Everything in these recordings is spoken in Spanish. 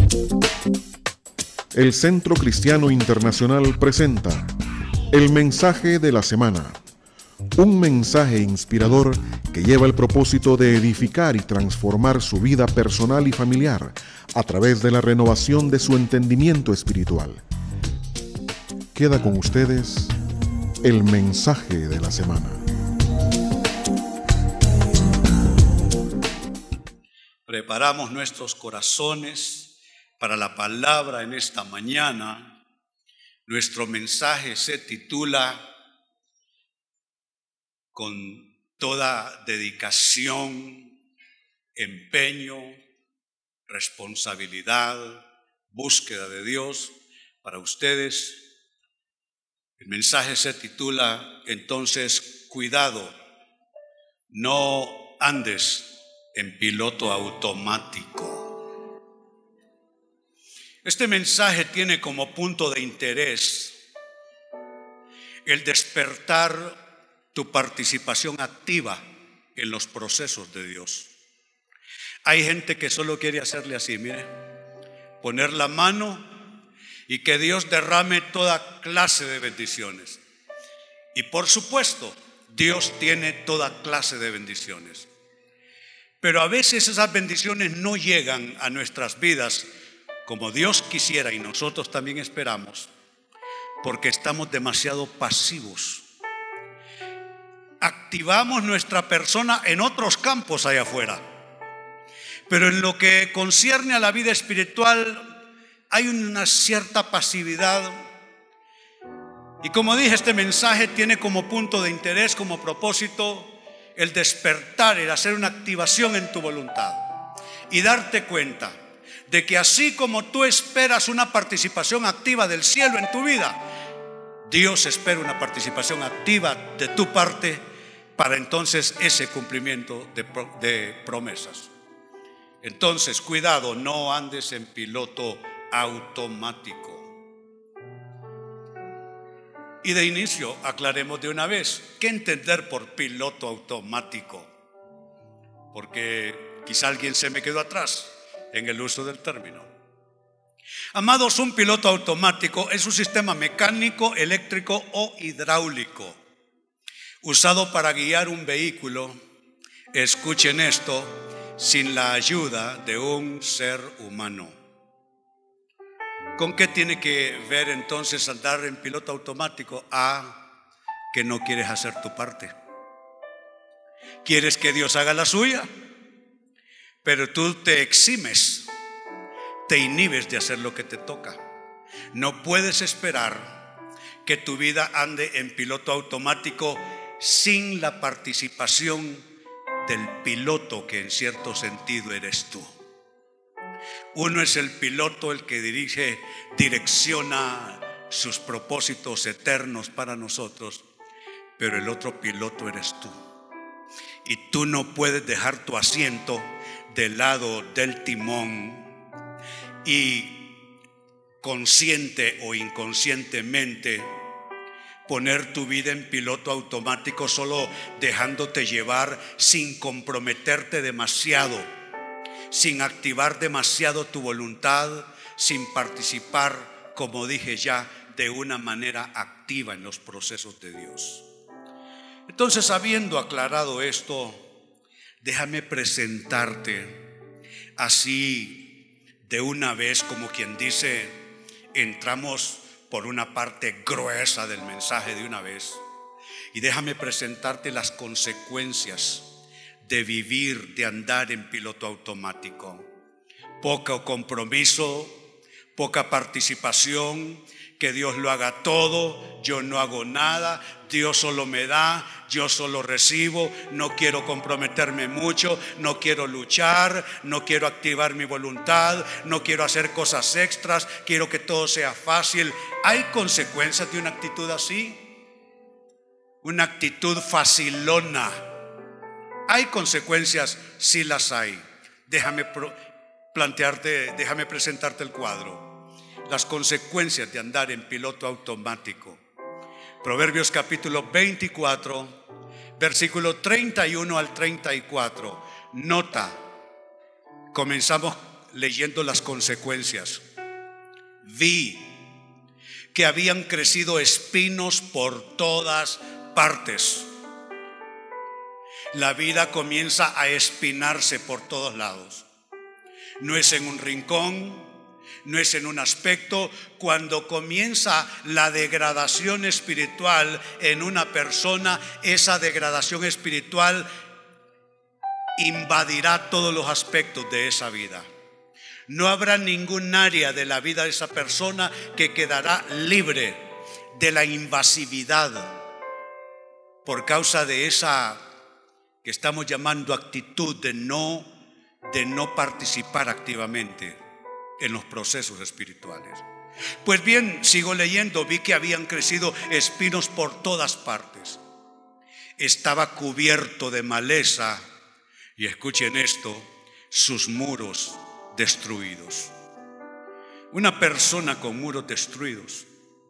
El Centro Cristiano Internacional presenta el mensaje de la semana. Un mensaje inspirador que lleva el propósito de edificar y transformar su vida personal y familiar a través de la renovación de su entendimiento espiritual. Queda con ustedes el mensaje de la semana. Preparamos nuestros corazones para la palabra en esta mañana. Nuestro mensaje se titula Con toda dedicación, empeño, responsabilidad, búsqueda de Dios para ustedes. El mensaje se titula entonces, cuidado, no andes en piloto automático. Este mensaje tiene como punto de interés el despertar tu participación activa en los procesos de Dios. Hay gente que solo quiere hacerle así, mire, poner la mano y que Dios derrame toda clase de bendiciones. Y por supuesto, Dios tiene toda clase de bendiciones. Pero a veces esas bendiciones no llegan a nuestras vidas como Dios quisiera y nosotros también esperamos, porque estamos demasiado pasivos. Activamos nuestra persona en otros campos allá afuera, pero en lo que concierne a la vida espiritual hay una cierta pasividad. Y como dije, este mensaje tiene como punto de interés, como propósito, el despertar, el hacer una activación en tu voluntad y darte cuenta de que así como tú esperas una participación activa del cielo en tu vida, Dios espera una participación activa de tu parte para entonces ese cumplimiento de promesas. Entonces, cuidado, no andes en piloto automático. Y de inicio, aclaremos de una vez, ¿qué entender por piloto automático? Porque quizá alguien se me quedó atrás en el uso del término. Amados, un piloto automático es un sistema mecánico, eléctrico o hidráulico usado para guiar un vehículo, escuchen esto, sin la ayuda de un ser humano. ¿Con qué tiene que ver entonces andar en piloto automático? Que no quieres hacer tu parte. Quieres que Dios haga la suya, pero tú te eximes, te inhibes de hacer lo que te toca. No puedes esperar que tu vida ande en piloto automático sin la participación del piloto que en cierto sentido eres tú. Uno es el piloto, el que dirige, direcciona sus propósitos eternos para nosotros, pero el otro piloto eres tú. Y tú no puedes dejar tu asiento del lado del timón y consciente o inconscientemente poner tu vida en piloto automático, solo dejándote llevar sin comprometerte demasiado, sin activar demasiado tu voluntad, sin participar, como dije ya, de una manera activa en los procesos de Dios. Entonces, habiendo aclarado esto, déjame presentarte así de una vez, como quien dice, entramos por una parte gruesa del mensaje de una vez, y déjame presentarte las consecuencias de vivir, de andar en piloto automático. Poco compromiso, poca participación, que Dios lo haga todo, yo no hago nada, Dios solo me da, yo solo recibo, no quiero comprometerme mucho, no quiero luchar, no quiero activar mi voluntad, no quiero hacer cosas extras, quiero que todo sea fácil. ¿Hay consecuencias de una actitud así? Una actitud facilona. ¿Hay consecuencias? Sí las hay. Déjame presentarte el cuadro. Las consecuencias de andar en piloto automático. Proverbios capítulo 24, versículo 31 al 34. Nota, comenzamos leyendo las consecuencias, vi que habían crecido espinos por todas partes. La vida comienza a espinarse por todos lados. No es en un rincón, no es en un aspecto. Cuando comienza la degradación espiritual en una persona, esa degradación espiritual invadirá todos los aspectos de esa vida. No habrá ningún área de la vida de esa persona que quedará libre de la invasividad por causa de esa que estamos llamando actitud de no participar activamente en los procesos espirituales. Pues bien, sigo leyendo, vi que habían crecido espinos por todas partes. Estaba cubierto de maleza y, escuchen esto, sus muros destruidos. Una persona con muros destruidos.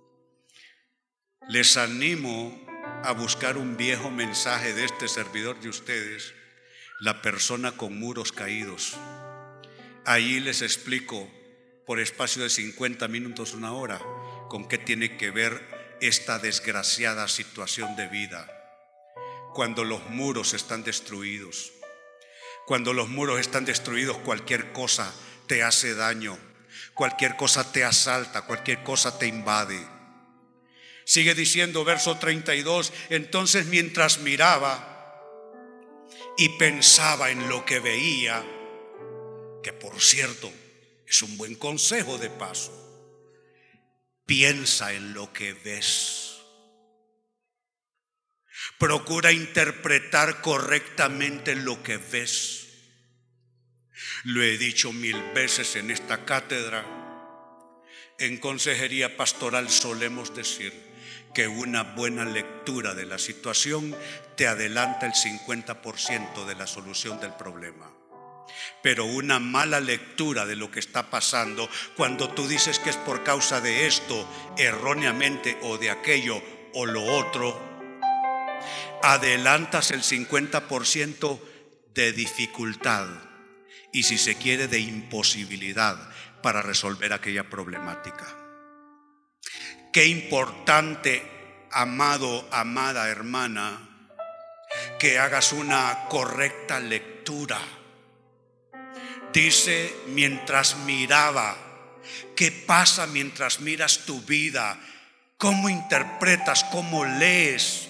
Les animo a buscar un viejo mensaje de este servidor de ustedes, la persona con muros caídos. Allí les explico por espacio de 50 minutos, una hora, con qué tiene que ver esta desgraciada situación de vida. Cuando los muros están destruidos. Cuando los muros están destruidos, cualquier cosa te hace daño, cualquier cosa te asalta, cualquier cosa te invade. Sigue diciendo verso 32, entonces mientras miraba y pensaba en lo que veía, que por cierto es un buen consejo de paso, piensa en lo que ves. Procura interpretar correctamente lo que ves. Lo he dicho 1000 veces en esta cátedra. En consejería pastoral solemos decir que una buena lectura de la situación te adelanta el 50% de la solución del problema. Pero una mala lectura de lo que está pasando, cuando tú dices que es por causa de esto erróneamente o de aquello o lo otro, adelantas el 50% de dificultad y, si se quiere, de imposibilidad para resolver aquella problemática. Qué importante, amado, amada hermana, que hagas una correcta lectura. Dice, mientras miraba. ¿Qué pasa mientras miras tu vida? ¿Cómo interpretas? ¿Cómo lees?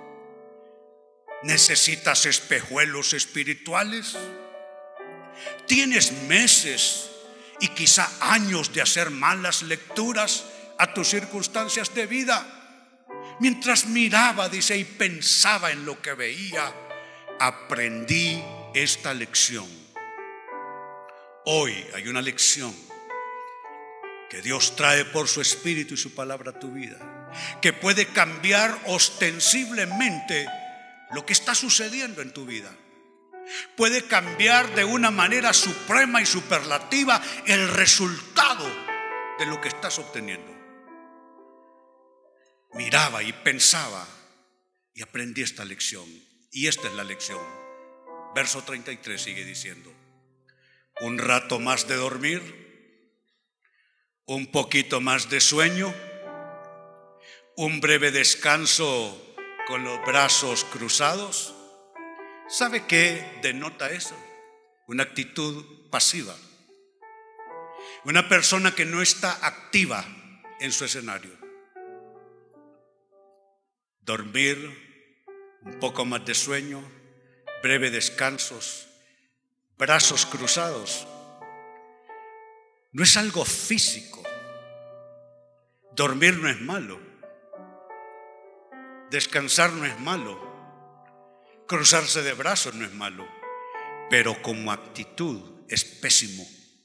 ¿Necesitas espejuelos espirituales? ¿Tienes meses y quizá años de hacer malas lecturas a tus circunstancias de vida? Mientras miraba, dice, y pensaba en lo que veía, aprendí esta lección. Hoy hay una lección que Dios trae por su Espíritu y su palabra a tu vida, que puede cambiar ostensiblemente lo que está sucediendo en tu vida. Puede cambiar de una manera suprema y superlativa el resultado de lo que estás obteniendo. Miraba y pensaba y aprendí esta lección. Y esta es la lección. Verso 33 sigue diciendo: un rato más de dormir, un poquito más de sueño, un breve descanso con los brazos cruzados. ¿Sabe qué denota eso? Una actitud pasiva. Una persona que no está activa en su escenario. Dormir, un poco más de sueño, breve descansos, brazos cruzados. No es algo físico. Dormir no es malo. Descansar no es malo. Cruzarse de brazos no es malo. Pero como actitud es pésimo.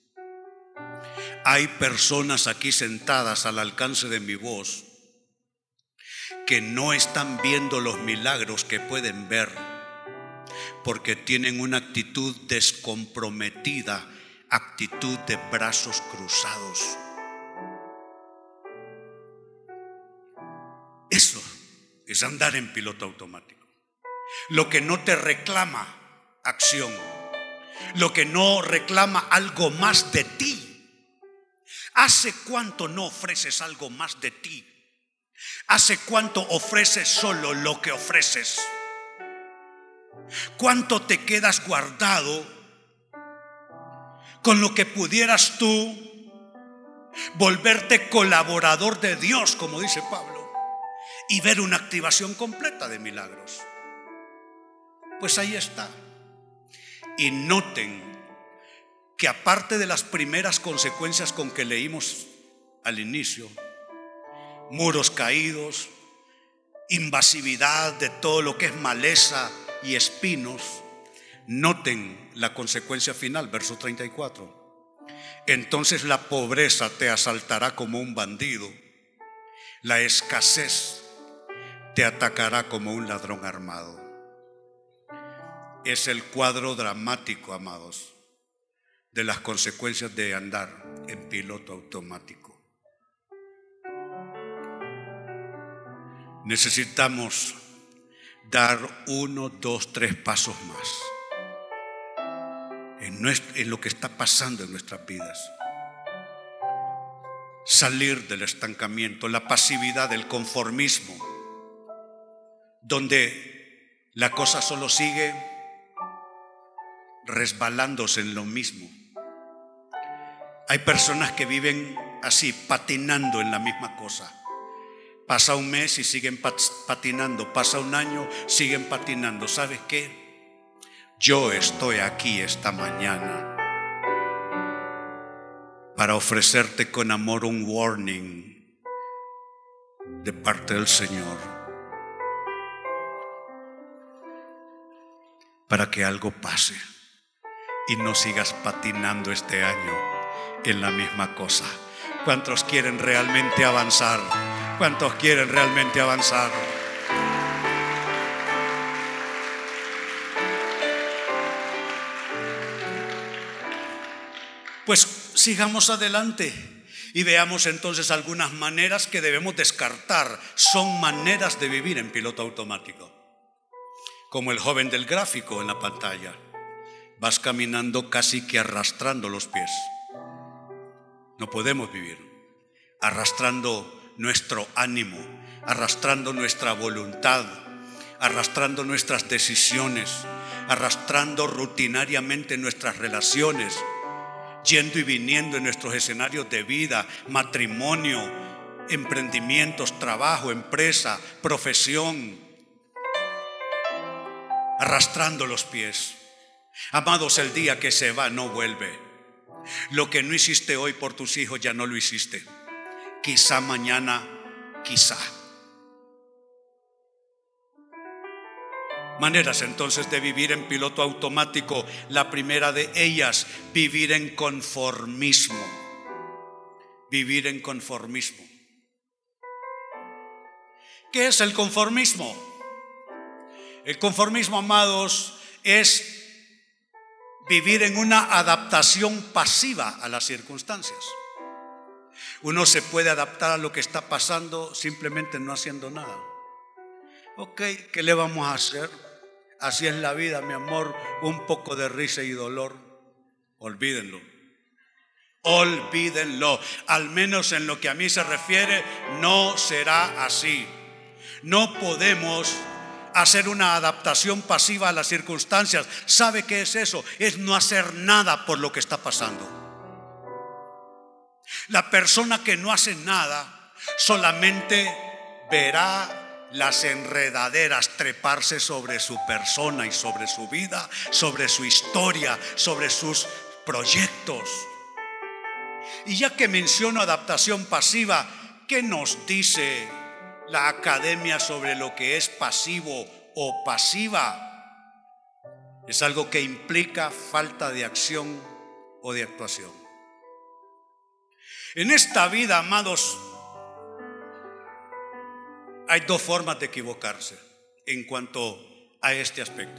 Hay personas aquí sentadas al alcance de mi voz que no están viendo los milagros que pueden ver porque tienen una actitud descomprometida, actitud de brazos cruzados. Eso es andar en piloto automático. Lo que no te reclama acción, lo que no reclama algo más de ti. ¿Hace cuánto no ofreces algo más de ti? ¿Hace cuánto ofreces solo lo que ofreces? ¿Cuánto te quedas guardado con lo que pudieras tú volverte colaborador de Dios, como dice Pablo, y ver una activación completa de milagros? Pues ahí está. Y noten que aparte de las primeras consecuencias con que leímos al inicio, muros caídos, invasividad de todo lo que es maleza y espinos, noten la consecuencia final, verso 34. Entonces la pobreza te asaltará como un bandido, la escasez te atacará como un ladrón armado. Es el cuadro dramático, amados, de las consecuencias de andar en piloto automático. Necesitamos dar 1, 2, 3 pasos más en lo que está pasando en nuestras vidas. Salir del estancamiento, la pasividad, el conformismo, donde la cosa solo sigue resbalándose en lo mismo. Hay personas que viven así, patinando en la misma cosa. Pasa un mes y siguen patinando, pasa un año, siguen patinando. ¿Sabes qué? Yo estoy aquí esta mañana para ofrecerte con amor un warning de parte del Señor, para que algo pase y no sigas patinando este año en la misma cosa. ¿Cuántos quieren realmente avanzar? ¿Cuántos quieren realmente avanzar? Pues sigamos adelante y veamos entonces algunas maneras que debemos descartar. Son maneras de vivir en piloto automático. Como el joven del gráfico en la pantalla. Vas caminando casi que arrastrando los pies. No podemos vivir arrastrando nuestro ánimo, arrastrando nuestra voluntad, arrastrando nuestras decisiones, arrastrando rutinariamente nuestras relaciones, yendo y viniendo en nuestros escenarios de vida, matrimonio, emprendimientos, trabajo, empresa, profesión, arrastrando los pies. Amados, el día que se va no vuelve. Lo que no hiciste hoy por tus hijos ya no lo hiciste. Quizá mañana, quizá. Maneras entonces de vivir en piloto automático. La primera de ellas, vivir en conformismo. Vivir en conformismo. ¿Qué es el conformismo? El conformismo, amados, es vivir en una adaptación pasiva a las circunstancias. Uno se puede adaptar a lo que está pasando simplemente no haciendo nada. Ok, ¿qué le vamos a hacer? Así es la vida, mi amor, un poco de risa y dolor. Olvídenlo. Olvídenlo. Al menos en lo que a mí se refiere, no será así. No podemos hacer una adaptación pasiva a las circunstancias. ¿Sabe qué es eso? Es no hacer nada por lo que está pasando. La persona que no hace nada solamente verá las enredaderas treparse sobre su persona y sobre su vida, sobre su historia, sobre sus proyectos. Y ya que menciono adaptación pasiva, ¿qué nos dice la academia sobre lo que es pasivo o pasiva? Es algo que implica falta de acción o de actuación. En esta vida, amados, hay dos formas de equivocarse en cuanto a este aspecto.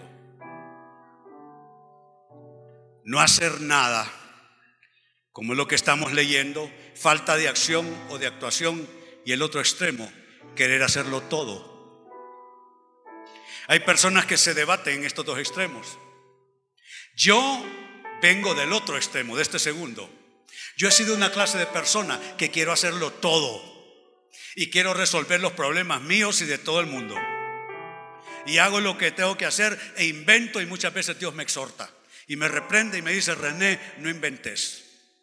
No hacer nada, como es lo que estamos leyendo, falta de acción o de actuación, y el otro extremo, querer hacerlo todo. Hay personas que se debaten en estos dos extremos. Yo Vengo del otro extremo, de este segundo. Yo he sido una clase de persona que quiero hacerlo todo y quiero resolver los problemas míos y de todo el mundo. Y hago lo que tengo que hacer e invento, y muchas veces Dios me exhorta y me reprende y me dice: René, no inventes.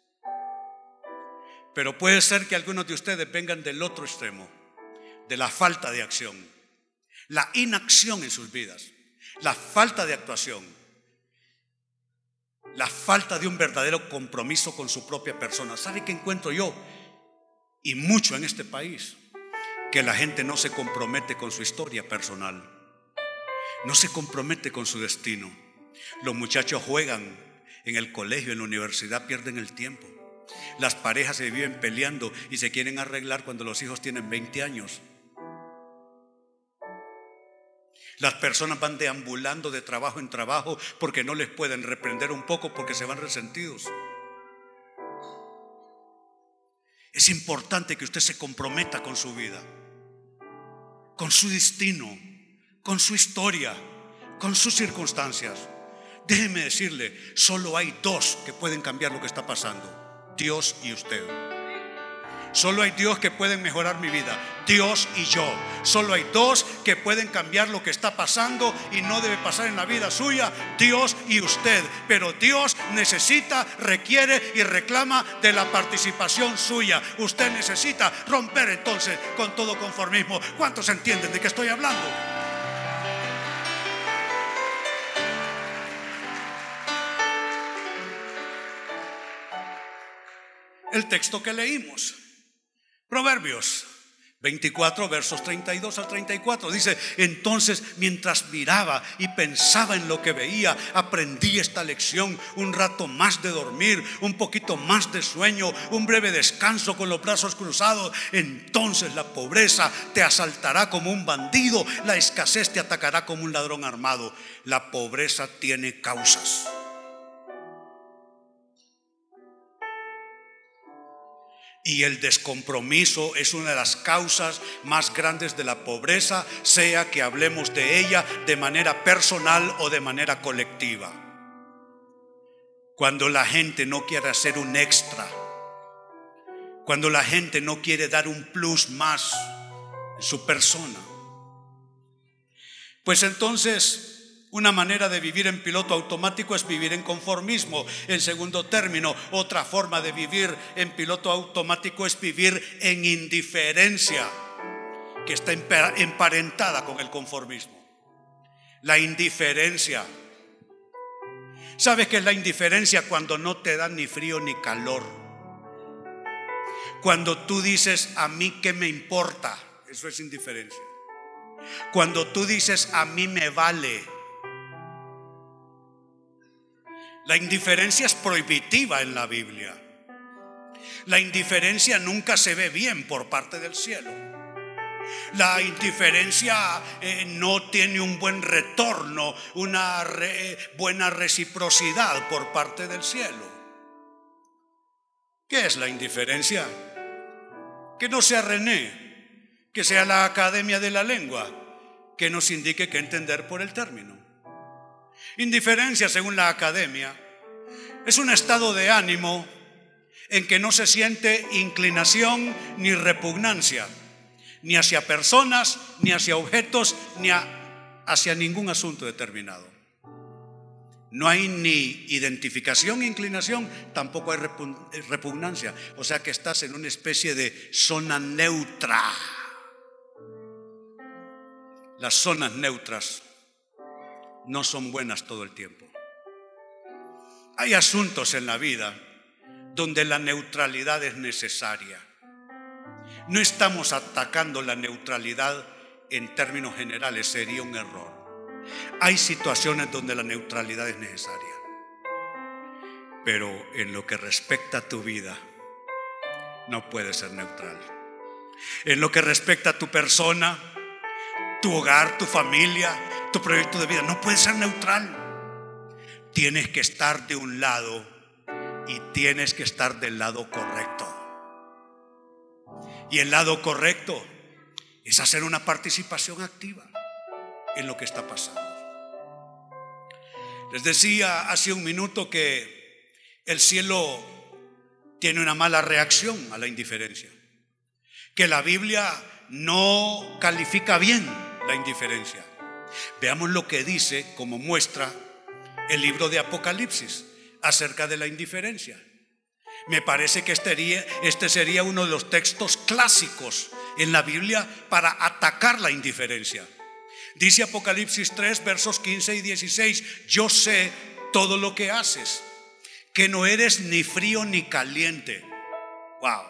Pero puede ser que algunos de ustedes vengan del otro extremo, de la falta de acción, la inacción en sus vidas, la falta de actuación, la falta de un verdadero compromiso con su propia persona. ¿Sabe qué encuentro yo? Y mucho en este país, que la gente no se compromete con su historia personal, no se compromete con su destino. Los muchachos juegan en el colegio, en la universidad, pierden el tiempo. Las parejas se viven peleando y se quieren arreglar cuando los hijos tienen 20 años. Las personas van deambulando de trabajo en trabajo porque no les pueden reprender un poco, porque se van resentidos. Es importante que usted se comprometa con su vida, con su destino, con su historia, con sus circunstancias. Déjeme decirle, solo hay dos que pueden cambiar lo que está pasando: Dios y usted. Solo hay Dios que pueden mejorar mi vida: Dios y yo. Solo hay dos que pueden cambiar lo que está pasando y no debe pasar en la vida suya: Dios y usted. Pero Dios necesita, requiere y reclama de la participación suya. Usted necesita romper entonces con todo conformismo. ¿Cuántos entienden de qué estoy hablando? El texto que leímos, Proverbios 24, versos 32 al 34, dice: entonces, mientras miraba y pensaba en lo que veía, aprendí esta lección: un rato más de dormir, un poquito más de sueño, un breve descanso con los brazos cruzados. Entonces la pobreza te asaltará como un bandido, la escasez te atacará como un ladrón armado. La pobreza tiene causas. Y el descompromiso es una de las causas más grandes de la pobreza, sea que hablemos de ella de manera personal o de manera colectiva. Cuando la gente no quiere hacer un extra, cuando la gente no quiere dar un plus más en su persona, pues entonces una manera de vivir en piloto automático es vivir en conformismo. En segundo término, otra forma de vivir en piloto automático es vivir en indiferencia, que está emparentada con el conformismo. La indiferencia. ¿Sabes qué es la indiferencia? Cuando no te da ni frío ni calor. Cuando tú dices: a mí qué me importa. Eso es indiferencia. Cuando tú dices: a mí me vale. La indiferencia es prohibitiva en la Biblia. La indiferencia nunca se ve bien por parte del cielo. La indiferencia no tiene un buen retorno, una buena reciprocidad por parte del cielo. ¿Qué es la indiferencia? Que no sea René, que sea la Academia de la Lengua, que nos indique qué entender por el término. Indiferencia, según la Academia, es un estado de ánimo en que no se siente inclinación ni repugnancia, ni hacia personas, ni hacia objetos, ni hacia ningún asunto determinado. No hay ni identificación, inclinación, tampoco hay repugnancia. O sea que estás en una especie de zona neutra. Las zonas neutras no son buenas todo el tiempo. Hay asuntos en la vida donde la neutralidad es necesaria. No estamos atacando la neutralidad en términos generales, sería un error. Hay situaciones donde la neutralidad es necesaria, pero en lo que respecta a tu vida, no puedes ser neutral. En lo que respecta a tu persona, tu hogar, tu familia, tu proyecto de vida, no puedes ser neutral. Tienes que estar de un lado y tienes que estar del lado correcto. Y el lado correcto es hacer una participación activa en lo que está pasando. Les decía hace un minuto que el cielo tiene una mala reacción a la indiferencia, que la Biblia no califica bien la indiferencia. Veamos lo que dice, como muestra el libro de Apocalipsis acerca de la indiferencia. Me parece que este sería uno de los textos clásicos en la Biblia para atacar la indiferencia. Dice Apocalipsis 3, versos 15 y 16: yo sé todo lo que haces, que no eres ni frío ni caliente. Wow.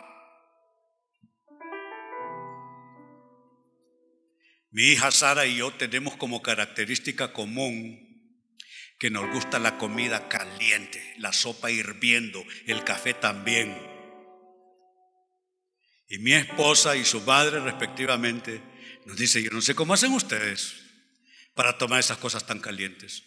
Mi hija Sara y yo tenemos como característica común que nos gusta la comida caliente, la sopa hirviendo, el café también. Y mi esposa y su madre respectivamente nos dice: yo no sé cómo hacen ustedes para tomar esas cosas tan calientes.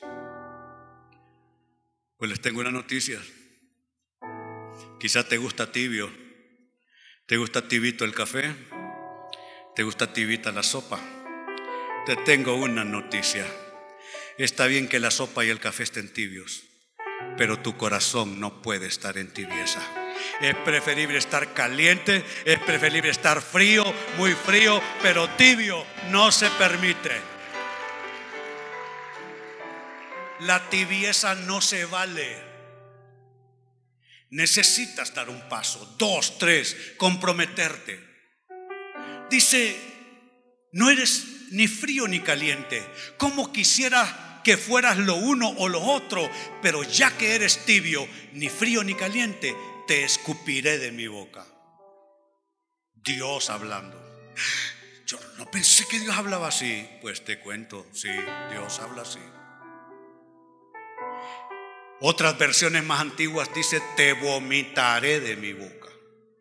Pues les tengo una noticia. Quizá te gusta tibio, te gusta tibito el café, te gusta tibita la sopa. Te tengo una noticia. Está bien que la sopa y el café estén tibios, pero tu corazón no puede estar en tibieza. Es preferible estar caliente, es preferible estar frío, muy frío, pero tibio no se permite. La tibieza no se vale. Necesitas dar un paso, 2, 3, comprometerte. Dice: no eres ni frío ni caliente. Como quisiera que fueras lo uno o lo otro, pero ya que eres tibio, ni frío ni caliente, te escupiré de mi boca. Dios hablando. Yo no pensé que Dios hablaba así. Pues te cuento, sí, Dios habla así. Otras versiones más antiguas dice: te vomitaré de mi boca.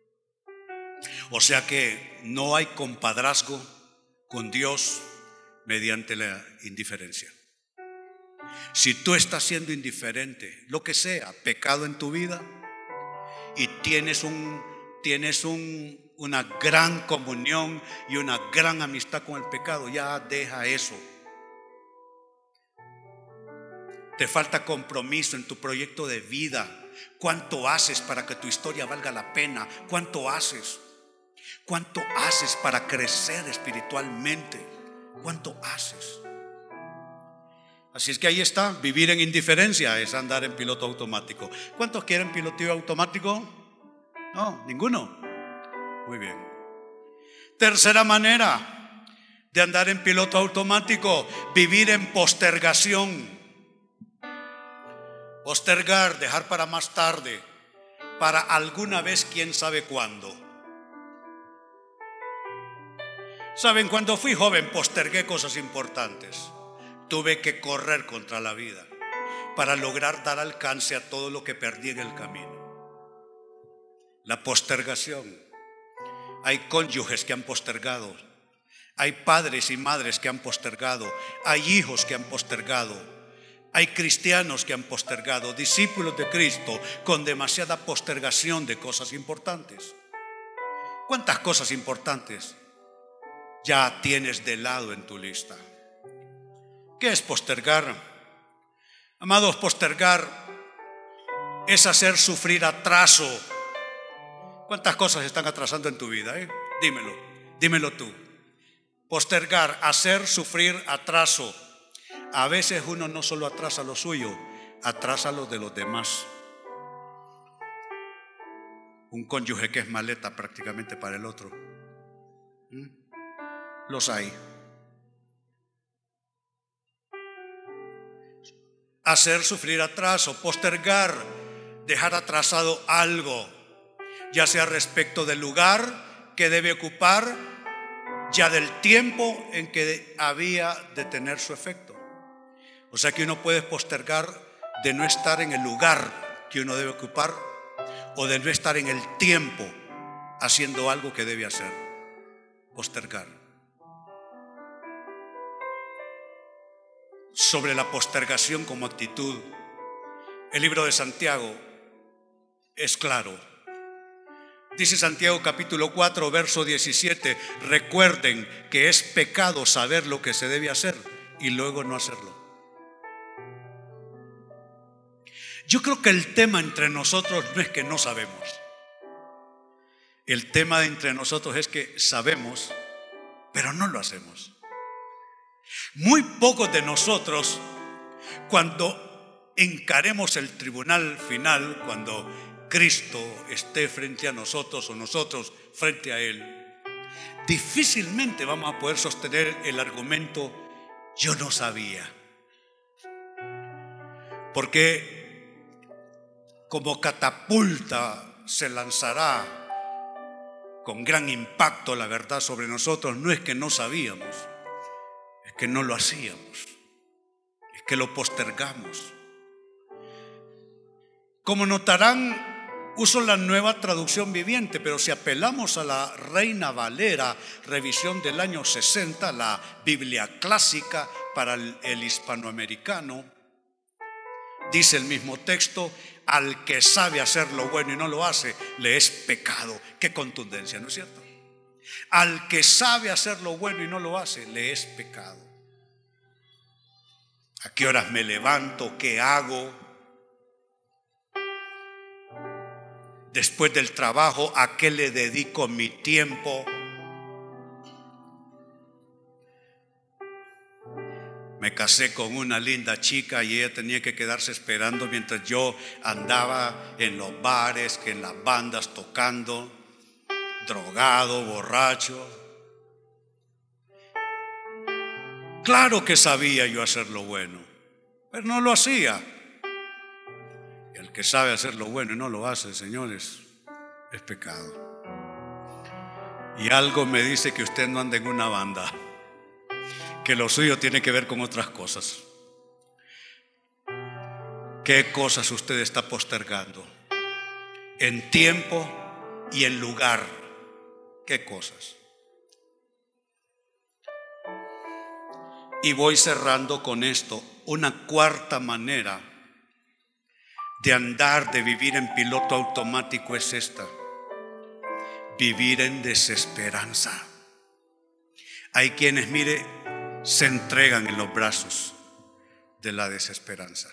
O sea que no hay compadrazgo con Dios mediante la indiferencia. Si tú estás siendo indiferente, lo que sea, pecado en tu vida, y tienes una gran comunión y una gran amistad con el pecado, ya deja eso. Te falta compromiso en tu proyecto de vida. ¿Cuánto haces para que tu historia valga la pena? ¿Cuánto haces? ¿Cuánto haces para crecer espiritualmente? ¿Cuánto haces? Así es que ahí está. Vivir en indiferencia es andar en piloto automático. ¿Cuántos quieren piloto automático? No, ninguno. Muy bien. Tercera manera de andar en piloto automático: vivir en postergación. Postergar, dejar para más tarde, para alguna vez, quién sabe cuándo. Saben, cuando fui joven postergué cosas importantes. Tuve que correr contra la vida para lograr dar alcance a todo lo que perdí en el camino. La postergación. Hay cónyuges que han postergado, hay padres y madres que han postergado, hay hijos que han postergado, hay cristianos que han postergado, discípulos de Cristo con demasiada postergación de cosas importantes. ¿Cuántas cosas importantes ya tienes de lado en tu lista? ¿Qué es postergar? Amados, postergar es hacer sufrir atraso. ¿Cuántas cosas están atrasando en tu vida? Dímelo tú. Postergar, hacer sufrir atraso. A veces uno no solo atrasa lo suyo, atrasa lo de los demás. Un cónyuge que es maleta prácticamente para el otro. Los hay. Hacer sufrir atraso, postergar, dejar atrasado algo, ya sea respecto del lugar que debe ocupar, ya del tiempo en que había de tener su efecto. O sea que uno puede postergar de no estar en el lugar que uno debe ocupar, o de no estar en el tiempo haciendo algo que debe hacer. Postergar. Sobre la postergación como actitud, el libro de Santiago es claro. Dice Santiago capítulo 4, verso 17: recuerden que es pecado saber lo que se debe hacer y luego no hacerlo. Yo creo que el tema entre nosotros no es que no sabemos. El tema de entre nosotros es que sabemos, pero no lo hacemos. Muy pocos de nosotros, cuando encaremos el tribunal final, cuando Cristo esté frente a nosotros o nosotros frente a Él, difícilmente vamos a poder sostener el argumento yo no sabía. Porque como catapulta se lanzará con gran impacto la verdad sobre nosotros. No es que no sabíamos, es que no lo hacíamos, es que lo postergamos. Como notarán, uso la Nueva Traducción Viviente, pero si apelamos a la Reina Valera, revisión del año 60, la Biblia clásica para el hispanoamericano, dice el mismo texto: al que sabe hacer lo bueno y no lo hace, le es pecado. Qué contundencia, ¿no es cierto? Al que sabe hacer lo bueno y no lo hace, le es pecado. ¿A qué horas me levanto? ¿Qué hago? Después del trabajo, ¿a qué le dedico mi tiempo? Me casé con una linda chica y ella tenía que quedarse esperando mientras yo andaba en los bares, en las bandas tocando, drogado, borracho. Claro que sabía yo hacer lo bueno, pero no lo hacía. Y el que sabe hacer lo bueno y no lo hace, señores, es pecado. Y algo me dice que usted no anda en una banda, que lo suyo tiene que ver con otras cosas. ¿Qué cosas usted está postergando? En tiempo y en lugar. ¿Qué cosas? Y voy cerrando con esto. Una cuarta manera de andar, de vivir en piloto automático es esta: vivir en desesperanza. Hay quienes, mire, se entregan en los brazos de la desesperanza.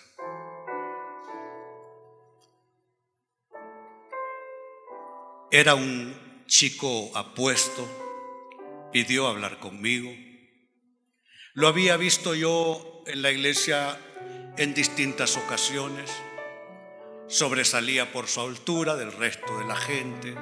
Era un chico apuesto, pidió hablar conmigo. Lo había visto yo en la iglesia en distintas ocasiones. Sobresalía por su altura del resto de la gente.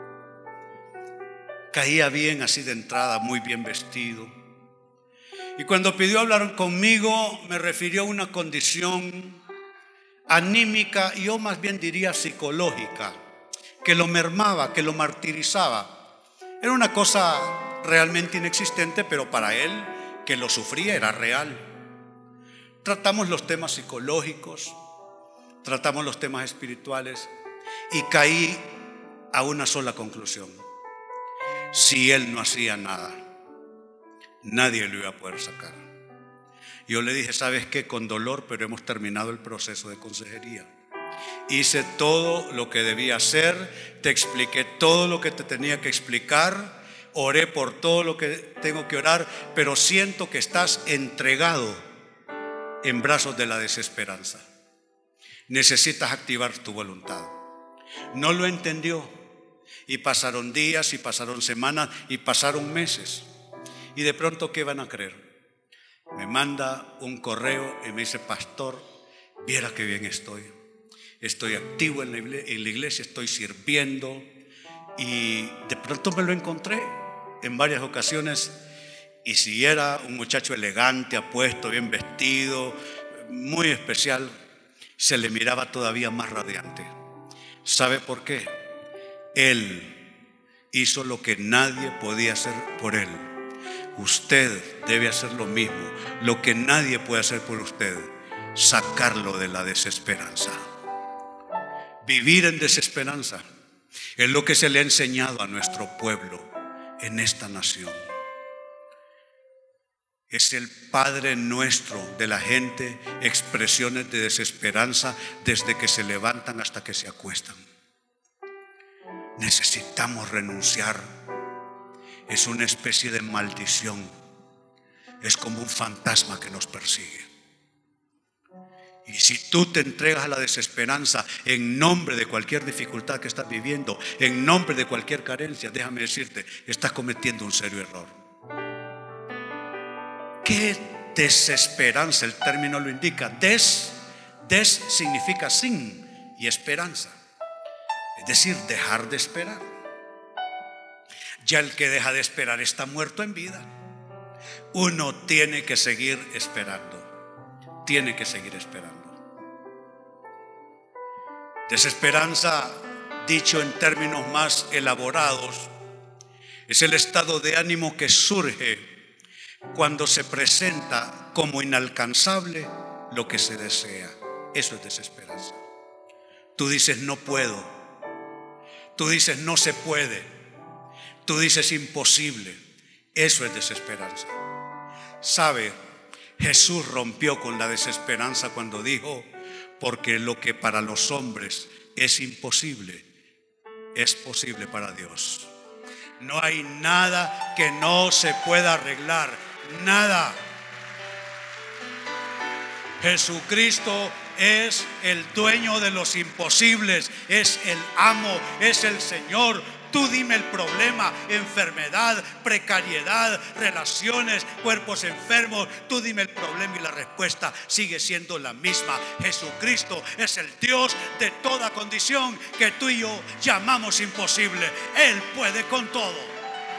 Caía bien así de entrada, muy bien vestido. Y cuando pidió hablar conmigo, me refirió a una condición anímica, y yo más bien diría psicológica, que lo mermaba, que lo martirizaba. Era una cosa realmente inexistente, pero para él, que lo sufría, era real. Tratamos los temas psicológicos, tratamos los temas espirituales, y caí a una sola conclusión: si él no hacía nada, nadie lo iba a poder sacar. Yo le dije: ¿sabes qué? Con dolor, pero hemos terminado el proceso de consejería. Hice todo lo que debía hacer, te expliqué todo lo que te tenía que explicar, oré por todo lo que tengo que orar, pero siento que estás entregado en brazos de la desesperanza. Necesitas activar tu voluntad. No lo entendió, y pasaron días, y pasaron semanas, y pasaron meses. Y de pronto, ¿qué van a creer? Me manda un correo y me dice: pastor, viera qué bien estoy. Estoy activo en la iglesia, estoy sirviendo. Y de pronto me lo encontré en varias ocasiones. Y si era un muchacho elegante, apuesto, bien vestido, muy especial, se le miraba todavía más radiante. ¿Sabe por qué? Él hizo lo que nadie podía hacer por él. Usted debe hacer lo mismo, lo que nadie puede hacer por usted: sacarlo de la desesperanza. Vivir en desesperanza es lo que se le ha enseñado a nuestro pueblo en esta nación. Es el Padre Nuestro de la gente, expresiones de desesperanza desde que se levantan hasta que se acuestan. Necesitamos renunciar. Es una especie de maldición. Es como un fantasma que nos persigue. Y si tú te entregas a la desesperanza en nombre de cualquier dificultad que estás viviendo, en nombre de cualquier carencia, déjame decirte, estás cometiendo un serio error. ¿Qué desesperanza? El término lo indica. Des significa sin y esperanza. Es decir, dejar de esperar. Ya el que deja de esperar está muerto en vida. Uno tiene que seguir esperando. Tiene que seguir esperando. Desesperanza, dicho en términos más elaborados, es el estado de ánimo que surge cuando se presenta como inalcanzable lo que se desea. Eso es desesperanza. Tú dices no puedo. Tú dices no se puede. Tú dices imposible. Eso es desesperanza. ¿Sabe? Jesús rompió con la desesperanza cuando dijo: porque lo que para los hombres es imposible, es posible para Dios. No hay nada que no se pueda arreglar. Nada. Jesucristo es el dueño de los imposibles, es el amo, es el Señor. Tú dime el problema: enfermedad, precariedad, relaciones, cuerpos enfermos. Tú dime el problema y la respuesta sigue siendo la misma. Jesucristo es el Dios de toda condición que tú y yo llamamos imposible. Él puede con todo.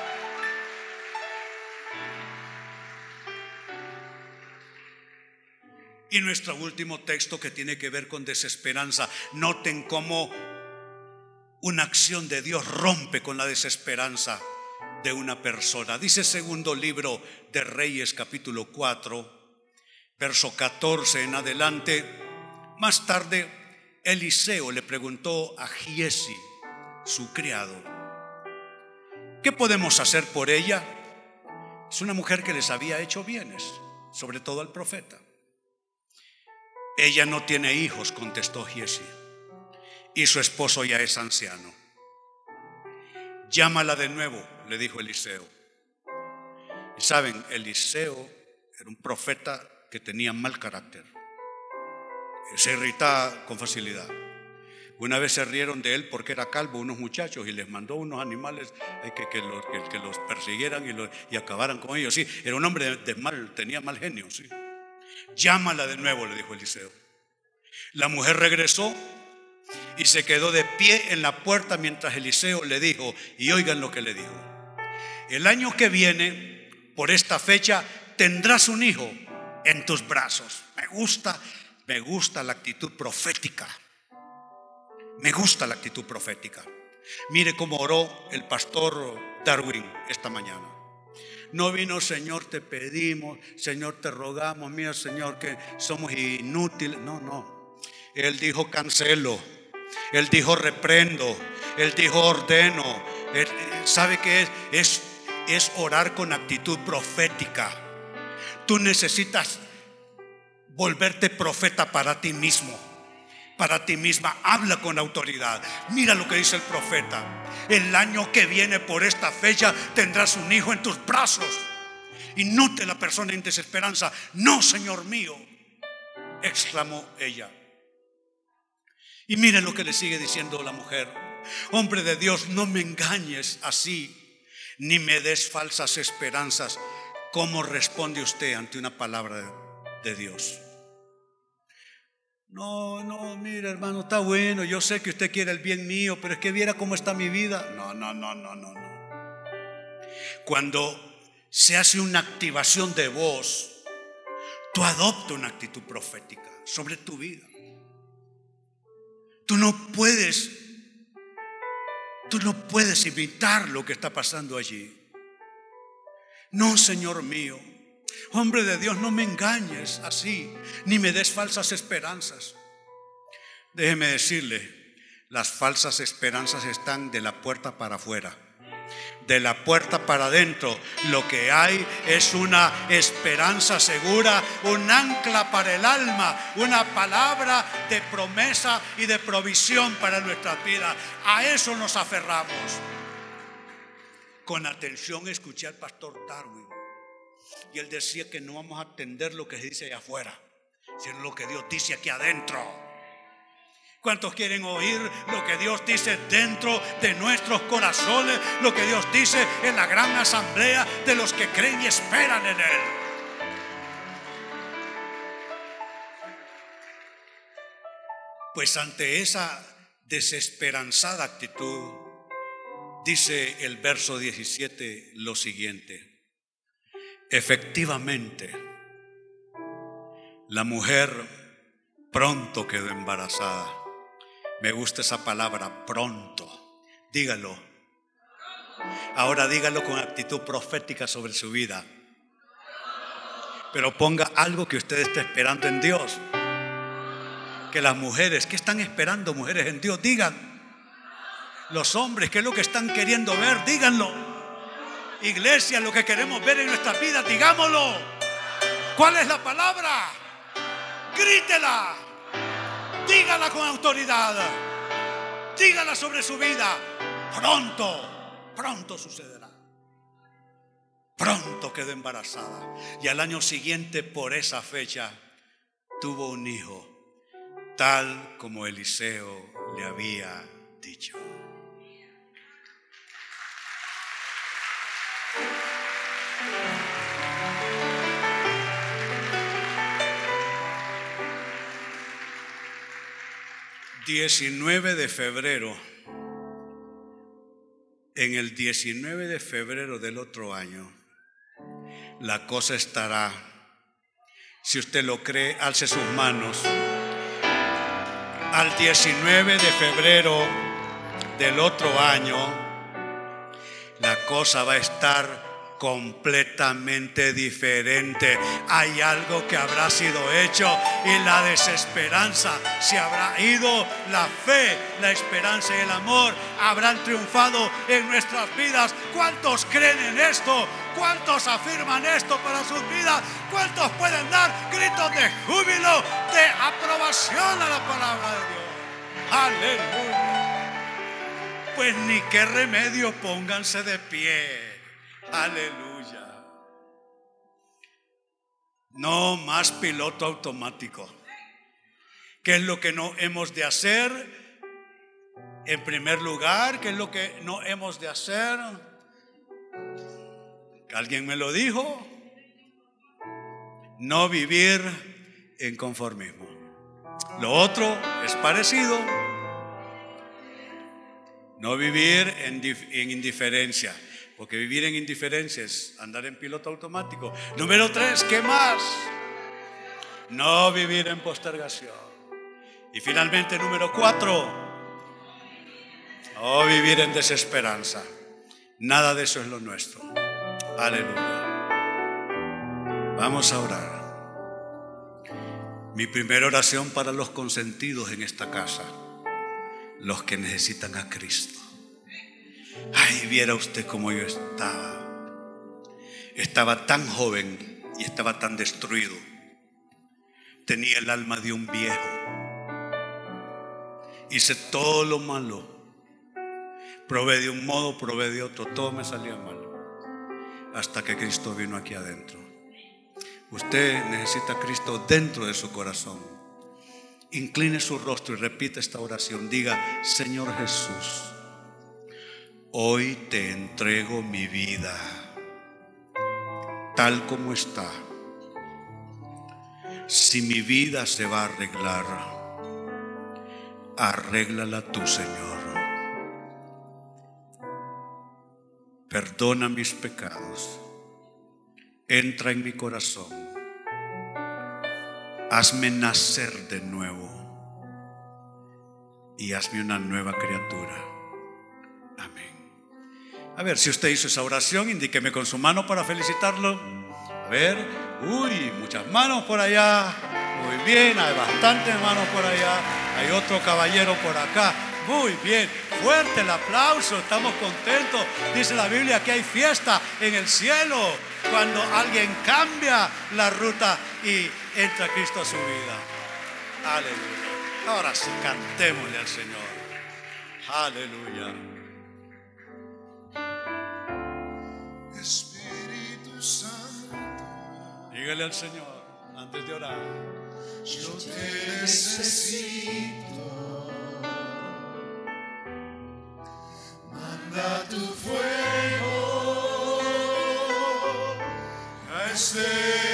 Y nuestro último texto, que tiene que ver con desesperanza. Noten cómo una acción de Dios rompe con la desesperanza de una persona. Dice segundo libro de Reyes, capítulo 4, verso 14 en adelante. Más tarde, Eliseo le preguntó a Giesi, su criado: ¿qué podemos hacer por ella? Es una mujer que les había hecho bienes, sobre todo al profeta. Ella no tiene hijos, contestó Giesi, y su esposo ya es anciano. Llámala de nuevo, le dijo Eliseo. Y saben, Eliseo era un profeta que tenía mal carácter. Se irritaba con facilidad. Una vez se rieron de él porque era calvo unos muchachos, y les mandó unos animales que los persiguieran y acabaran con ellos. Sí, era un hombre tenía mal genio. Sí. Llámala de nuevo, le dijo Eliseo. La mujer regresó y se quedó de pie en la puerta mientras Eliseo le dijo, y oigan lo que le dijo: el año que viene, por esta fecha, tendrás un hijo en tus brazos. Me gusta la actitud profética. Me gusta la actitud profética. Mire cómo oró el pastor Darwin esta mañana. No vino: Señor, te pedimos, Señor, te rogamos, mira, Señor, que somos inútiles. No. Él dijo cancelo. Él dijo reprendo. Él dijo ordeno. Él sabe que es orar con actitud profética. Tú necesitas volverte profeta para ti mismo, para ti misma. Habla con autoridad. Mira lo que dice el profeta: el año que viene, por esta fecha, tendrás un hijo en tus brazos. Y note la persona en desesperanza. No, Señor mío, exclamó ella. Y mire lo que le sigue diciendo la mujer: hombre de Dios, no me engañes así, ni me des falsas esperanzas. ¿Cómo responde usted ante una palabra de Dios? No, mire, hermano, está bueno, yo sé que usted quiere el bien mío, pero es que viera cómo está mi vida. No. Cuando se hace una activación de voz, tú adoptas una actitud profética sobre tu vida. Tú no puedes evitar lo que está pasando allí. No, Señor mío, hombre de Dios, no me engañes así, ni me des falsas esperanzas. Déjeme decirle, las falsas esperanzas están de la puerta para afuera. De la puerta para adentro, lo que hay es una esperanza segura, un ancla para el alma, una palabra de promesa y de provisión para nuestras vidas. A eso nos aferramos. Con atención escuché al pastor Darwin, y él decía que no vamos a atender lo que se dice allá afuera, sino lo que Dios dice aquí adentro. ¿Cuántos quieren oír lo que Dios dice dentro de nuestros corazones? Lo que Dios dice en la gran asamblea de los que creen y esperan en Él. Pues ante esa desesperanzada actitud, dice el verso 17 lo siguiente: efectivamente, la mujer pronto quedó embarazada. Me gusta esa palabra, pronto. Dígalo. Ahora dígalo con actitud profética sobre su vida. Pero ponga algo que usted esté esperando en Dios. Que las mujeres, ¿qué están esperando mujeres en Dios? Digan. Los hombres, ¿qué es lo que están queriendo ver? Díganlo. Iglesia, lo que queremos ver en nuestras vidas, digámoslo. ¿Cuál es la palabra? Grítela. Dígala con autoridad. Dígala sobre su vida. Pronto sucederá. Pronto quedó embarazada. Y al año siguiente, por esa fecha, tuvo un hijo, tal como Eliseo le había dicho. ...19 de febrero... en el 19 de febrero del otro año... la cosa estará... si usted lo cree, alce sus manos. Al 19 de febrero del otro año, la cosa va a estar completamente diferente. Hay algo que habrá sido hecho y la desesperanza se habrá ido. La fe, la esperanza y el amor habrán triunfado en nuestras vidas. ¿Cuántos creen en esto? ¿Cuántos afirman esto para sus vidas? ¿Cuántos pueden dar gritos de júbilo, de aprobación a la palabra de Dios? Aleluya. Pues ni qué remedio, pónganse de pie. Aleluya. No más piloto automático. ¿Qué es lo que no hemos de hacer? En primer lugar, ¿qué es lo que no hemos de hacer? ¿Alguien me lo dijo? No vivir en conformismo. Lo otro es parecido. No vivir en indiferencia. Porque vivir en indiferencia es andar en piloto automático. Número 3, ¿qué más? No vivir en postergación. Y finalmente, número 4, no vivir en desesperanza. Nada de eso es lo nuestro. Aleluya. Vamos a orar. Mi primera oración para los consentidos en esta casa, los que necesitan a Cristo. Ay, viera usted cómo yo estaba tan joven y estaba tan destruido. Tenía el alma de un viejo. Hice todo lo malo. Probé de un modo, probé de otro. Todo me salía mal. Hasta que Cristo vino aquí adentro. Usted necesita a Cristo dentro de su corazón. Incline su rostro y repita esta oración. Diga: Señor Jesús, hoy te entrego mi vida tal como está. Si mi vida se va a arreglar, arréglala tú, Señor. Perdona mis pecados. Entra en mi corazón. Hazme nacer de nuevo y hazme una nueva criatura. Amén. A ver, si usted hizo esa oración, indíqueme con su mano para felicitarlo. A ver, muchas manos por allá. Muy bien, hay bastantes manos por allá. Hay otro caballero por acá. Muy bien, fuerte el aplauso, estamos contentos. Dice la Biblia que hay fiesta en el cielo cuando alguien cambia la ruta y entra Cristo a su vida. Aleluya. Ahora sí, cantémosle al Señor. Aleluya. Espíritu Santo, dígale al Señor antes de orar. yo te necesito. Manda tu fuego a este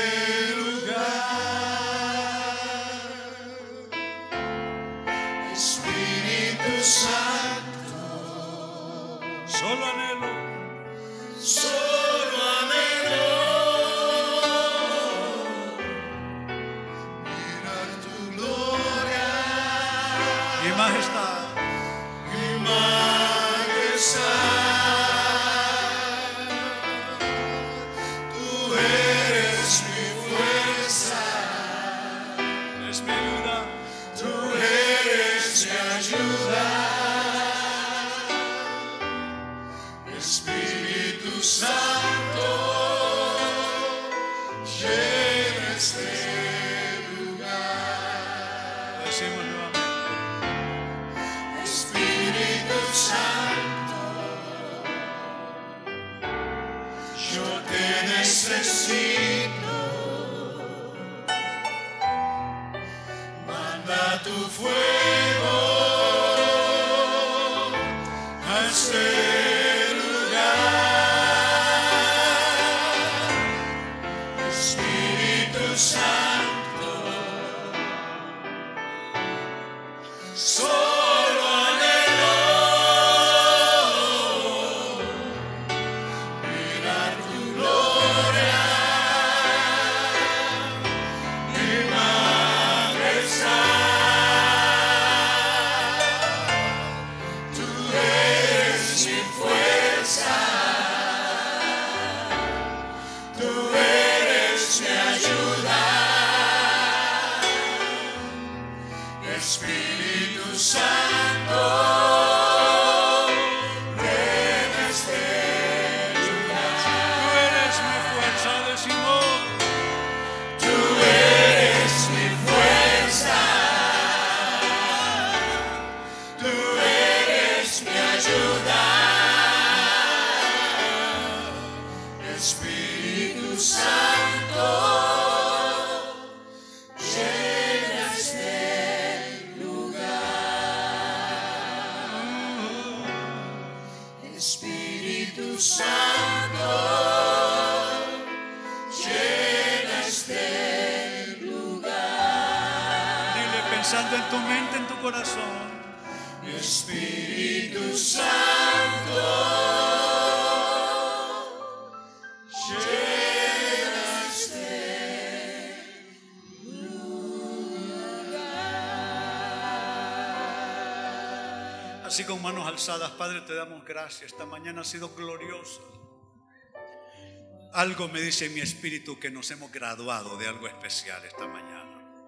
Espíritu Santo, Solo anhelo mirar tu gloria y majestad. y majestad. Tú eres mi fuerza, Es mi ayuda. tú eres mi ayuda. Espíritu Santo, llena este lugar. Decimos nuevamente. Espíritu Santo, yo te necesito. Manda tu fuego a este Espíritu Santo, solo anhelo mirar tu gloria y majestad. Tú eres mi fuerza, tú eres mi ayuda. Espíritu Santo, ven a este lugar. Tú eres mi fuerza, decimos. Tú eres mi fuerza, tú eres mi ayuda. Espíritu Santo, llena este lugar. Espíritu Santo, llena este lugar. Dile pensando en tu mente, en tu corazón. Espíritu Santo, llena este lugar. Así con manos alzadas, Padre, te damos gracias. Esta mañana ha sido gloriosa. Algo me dice en mi espíritu que nos hemos graduado de algo especial esta mañana.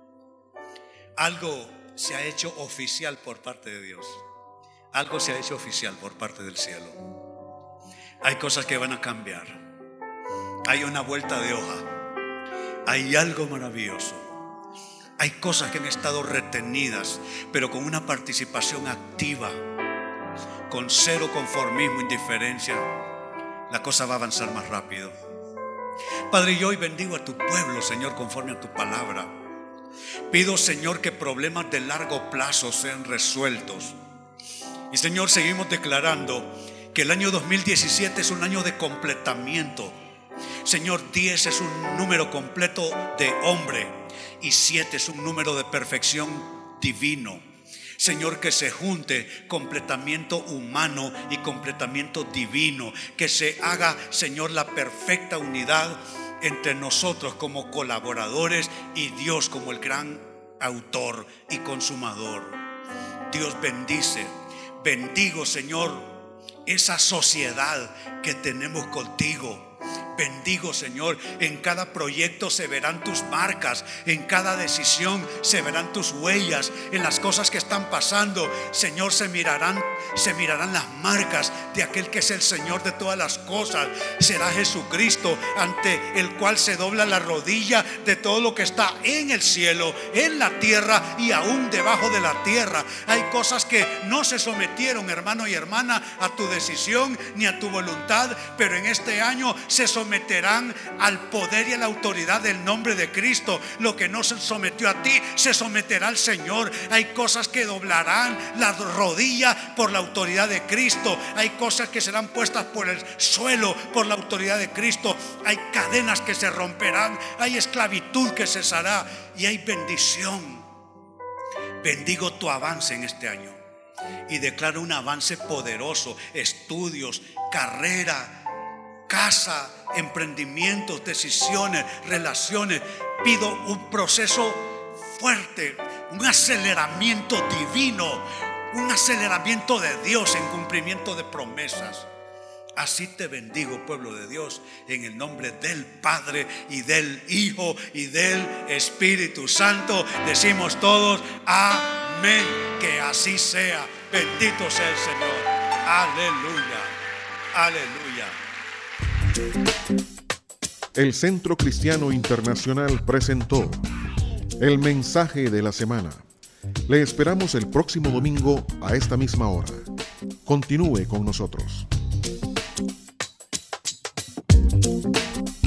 Algo se ha hecho oficial por parte de Dios. Algo se ha hecho oficial por parte del cielo. Hay cosas que van a cambiar. Hay una vuelta de hoja. Hay algo maravilloso. Hay cosas que han estado retenidas, pero con una participación activa, con cero conformismo, indiferencia, la cosa va a avanzar más rápido. Padre, yo hoy bendigo a tu pueblo, Señor, conforme a tu palabra. Pido, Señor, que problemas de largo plazo sean resueltos. Y, Señor, seguimos declarando que el año 2017 es un año de completamiento. Señor, 10 es un número completo de hombre y 7 es un número de perfección divino. Señor, que se junte completamiento humano y completamiento divino, que se haga, Señor, la perfecta unidad entre nosotros como colaboradores y Dios como el gran autor y consumador. Dios bendice, bendigo, Señor, esa sociedad que tenemos contigo. Bendigo, Señor, en cada proyecto se verán tus marcas, en cada decisión se verán tus huellas, en las cosas que están pasando, Señor, se mirarán Se mirarán las marcas de aquel que es el Señor de todas las cosas. Será Jesucristo ante el cual se dobla la rodilla de todo lo que está en el cielo, en la tierra y aún debajo de la tierra. Hay cosas que no se sometieron, hermano y hermana, a tu decisión ni a tu voluntad, pero en este año se someterán al poder y a la autoridad del nombre de Cristo. Lo que no se sometió a ti, se someterá al Señor. Hay cosas que doblarán la rodilla por la autoridad de Cristo. Hay cosas que serán puestas por el suelo por la autoridad de Cristo. Hay cadenas que se romperán. Hay esclavitud que cesará. Y hay bendición. Bendigo tu avance en este año. Y declaro un avance poderoso. Estudios, carrera, casa, emprendimientos, decisiones, relaciones. Pido un proceso fuerte, un aceleramiento divino, un aceleramiento de Dios en cumplimiento de promesas. Así te bendigo, pueblo de Dios, en el nombre del Padre y del Hijo y del Espíritu Santo. Decimos todos amén, que así sea. Bendito sea el Señor. Aleluya, aleluya. El Centro Cristiano Internacional presentó el mensaje de la semana. Le esperamos el próximo domingo a esta misma hora. Continúe con nosotros.